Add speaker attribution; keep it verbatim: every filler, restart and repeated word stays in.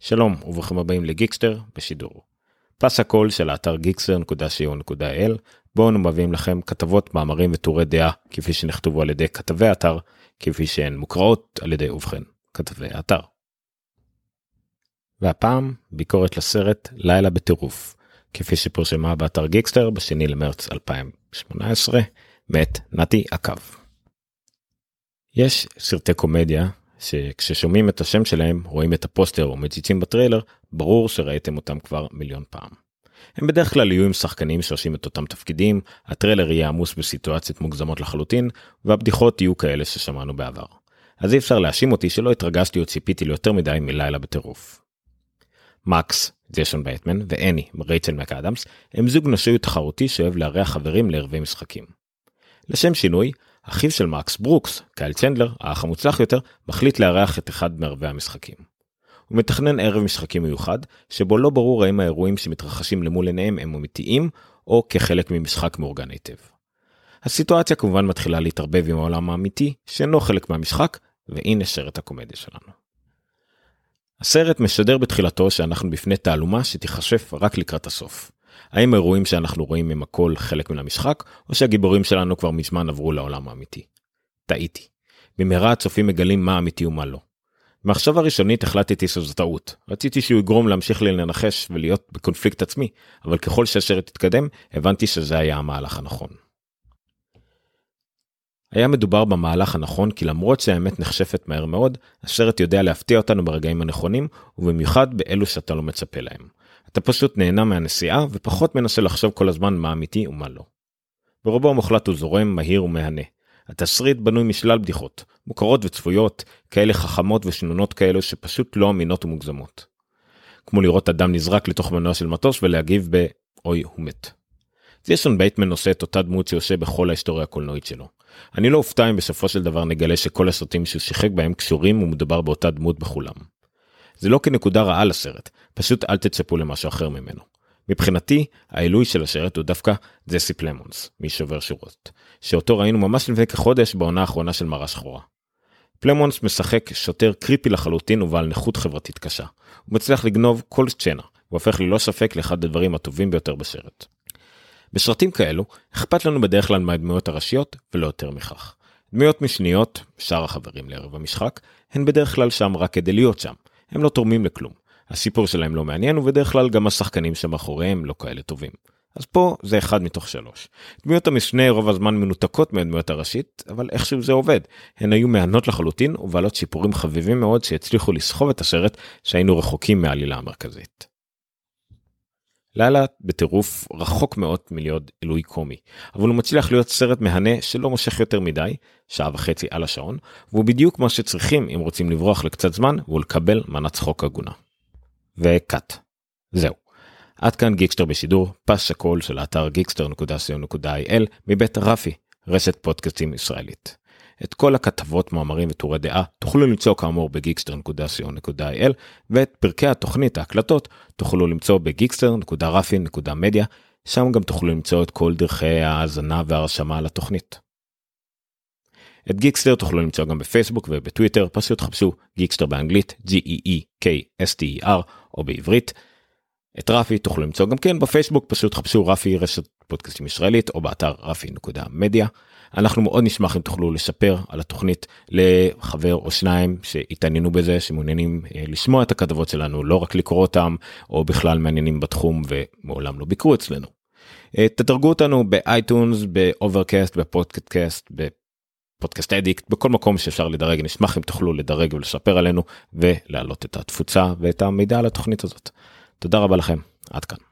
Speaker 1: שלום וברוכים הבאים לגיקסטר בשידור. פס הקול של האתר גיקסטר נקודה סי או נקודה איי אל, בו אנו מביאים לכם כתבות, מאמרים וטורי דעה כפי שנכתבו על ידי כתבי האתר, כפי שהן מוקראות על ידי ובכן כתבי האתר. והפעם ביקורת לסרט לילה בטירוף, כפי שפורשמה באתר גיקסטר בשני למרץ אלפיים שמונה עשרה, מאת נתי עקב. יש סרטי קומדיה שכששומעים את השם שלהם, רואים את הפוסטר או מציצים בטריילר, ברור שראיתם אותם כבר מיליון פעם. הם בדרך כלל יהיו עם שחקנים שעושים את אותם תפקידים, הטריילר יהיה עמוס בסיטואציות מוגזמות לחלוטין, והבדיחות יהיו כאלה ששמענו בעבר. אז אי אפשר להאשים אותי שלא התרגשתי או ציפיתי ליותר מדי מלילה בטירוף. מקס, ג'ייסון בייטמן, ואני, רייצ'ל מקאדמס, הם זוג נשוי תחרותי שאוהב לארח חברים לערבי משחקים. לשם שינוי, אחיו של מקס, ברוקס, קייל צ'נדלר, האח המוצלח יותר, מחליט לארח את אחד מערבי המשחקים. הוא מתכנן ערב משחקים מיוחד, שבו לא ברור האם האירועים שמתרחשים למול עיניהם הם אמיתיים, או כחלק ממשחק מאורגן היטב. הסיטואציה כמובן מתחילה להתערבב עם העולם האמיתי, שאינו חלק מהמשחק, והנה שרת הקומדיה שלנו. הסרט משדר בתחילתו שאנחנו בפני תעלומה שתיחשף רק לקראת הסוף. האם האירועים שאנחנו רואים הם הכל חלק מן המשחק, או שהגיבורים שלנו כבר מזמן עברו לעולם האמיתי? טעיתי. במהרה הצופים מגלים מה אמיתי ומה לא. במחשבה הראשונית החלטתי שזו טעות. רציתי שהוא יגרום להמשיך לי לנחש ולהיות בקונפליקט עצמי, אבל ככל שהסרט תתקדם, הבנתי שזה היה המהלך הנכון. היה מדובר במהלך הנכון, כי למרות שהאמת נחשפת מהר מאוד, הסרט יודע להפתיע אותנו ברגעים הנכונים, ובמיוחד באלו שאתה לא מצפה להם. אתה פשוט נהנה מהנסיעה, ופחות מנסה לחשוב כל הזמן מה אמיתי ומה לא. ברובו המוחלט הוא זורם, מהיר ומהנה. התסריט בנוי משלל בדיחות, מוכרות וצפויות, כאלה חכמות ושנונות כאלו שפשוט לא אמינות ומוגזמות. כמו לראות אדם נזרק לתוך מנוע של מטוס ולהגיב ב"אוי הוא מת". ג'ייסון בייטמן עושה את אותה דמות שעושה בכל ההיסטוריה הקולנועית שלו. אני לא אופתע אם בסופו של דבר נגלה שכל הסרטים שהוא שיחק בהם קשורים ומדובר באותה דמות בכולם. זה לא כנקודה רעה לסרט, פשוט אל תצפו למשהו אחר ממנו. מבחינתי, העילוי של הסרט הוא דווקא ג'סי פלמונס, משובר שורות, שאותו ראינו ממש לפני כחודש בעונה האחרונה של מראה שחורה. פלמונס משחק שוטר קריפי לחלוטין ובעל נכות חברתית קשה. הוא מצליח לגנוב כל סצנה, הוא הופך ללא ספק לאחד הדברים הטובים ביותר בסרט. בסרטים כאלו, אכפת לנו בדרך כלל מהדמויות הראשיות ולא יותר מכך. דמויות משניות, שאר החברים לערב המשחק, הן בדרך כלל שם רק כדי להיות שם. הם לא תורמים לכלום. הסיפור שלהם לא מעניין, ובדרך כלל גם השחקנים שמאחוריהם לא כאלה טובים. אז פה זה אחד מתוך שלוש. דמויות המשנה רוב הזמן מנותקות מהדמויות הראשית, אבל איכשהו זה עובד. הן היו מענות לחלוטין, ובעלות שיפורים חביבים מאוד שהצליחו לסחוב את הסרט שהיינו רחוקים מהעלילה המרכזית. לילה בטירוף רחוק מאוד מלהיות עילוי קומי, אבל הוא מצליח להיות סרט מהנה שלא מושך יותר מדי, שעה וחצי על השעון, והוא בדיוק מה שצריכים אם רוצים לברוח לקצת זמן ולקבל מנת צחוק הגונה. וקאט. זהו. עד כאן גיקסטר בשידור, פס הקול של האתר גיקסטר נקודה סי או נקודה איי אל מבית רפי, רשת פודקאסטים ישראלית. את כל הכתבות, מאמרים וטורי דעה תוכלו למצוא כאמור בגיקסטר נקודה סי או נקודה איי אל, ואת פרקי התוכנית, ההקלטות, תוכלו למצוא בגיקסטר נקודה רפי נקודה מדיה, שם גם תוכלו למצוא את כל דרכי ההאזנה והרשמה לתוכנית. את גיקסטר תוכלו למצוא גם בפייסבוק ובטוויטר, פשוט חפשו גיקסטר באנגלית, ג'י אי אי קיי אס טי אי אר, או בעברית. את רפי תוכלו למצוא גם כן בפייסבוק, פשוט חפשו רפי רשת פודקאסטים ישראלית, או באתר רפי נקודה מדיה. אנחנו מאוד נשמח אם תוכלו לשפר על התוכנית לחבר או שניים שהתעניינו בזה, שמעוניינים לשמוע את הכתבות שלנו, לא רק לקרוא אותם, או בכלל מעניינים בתחום ומעולם לא ביקרו אצלנו. תדרגו אותנו באייטונס, באוברקאסט, בפודקאסט, בפודקאסט אדיקט, בכל מקום שאפשר לדרג. נשמח אם תוכלו לדרג ולשפר עלינו, ולהעלות את התפוצה ואת המידע על התוכנית הזאת. תודה רבה לכם, עד כאן.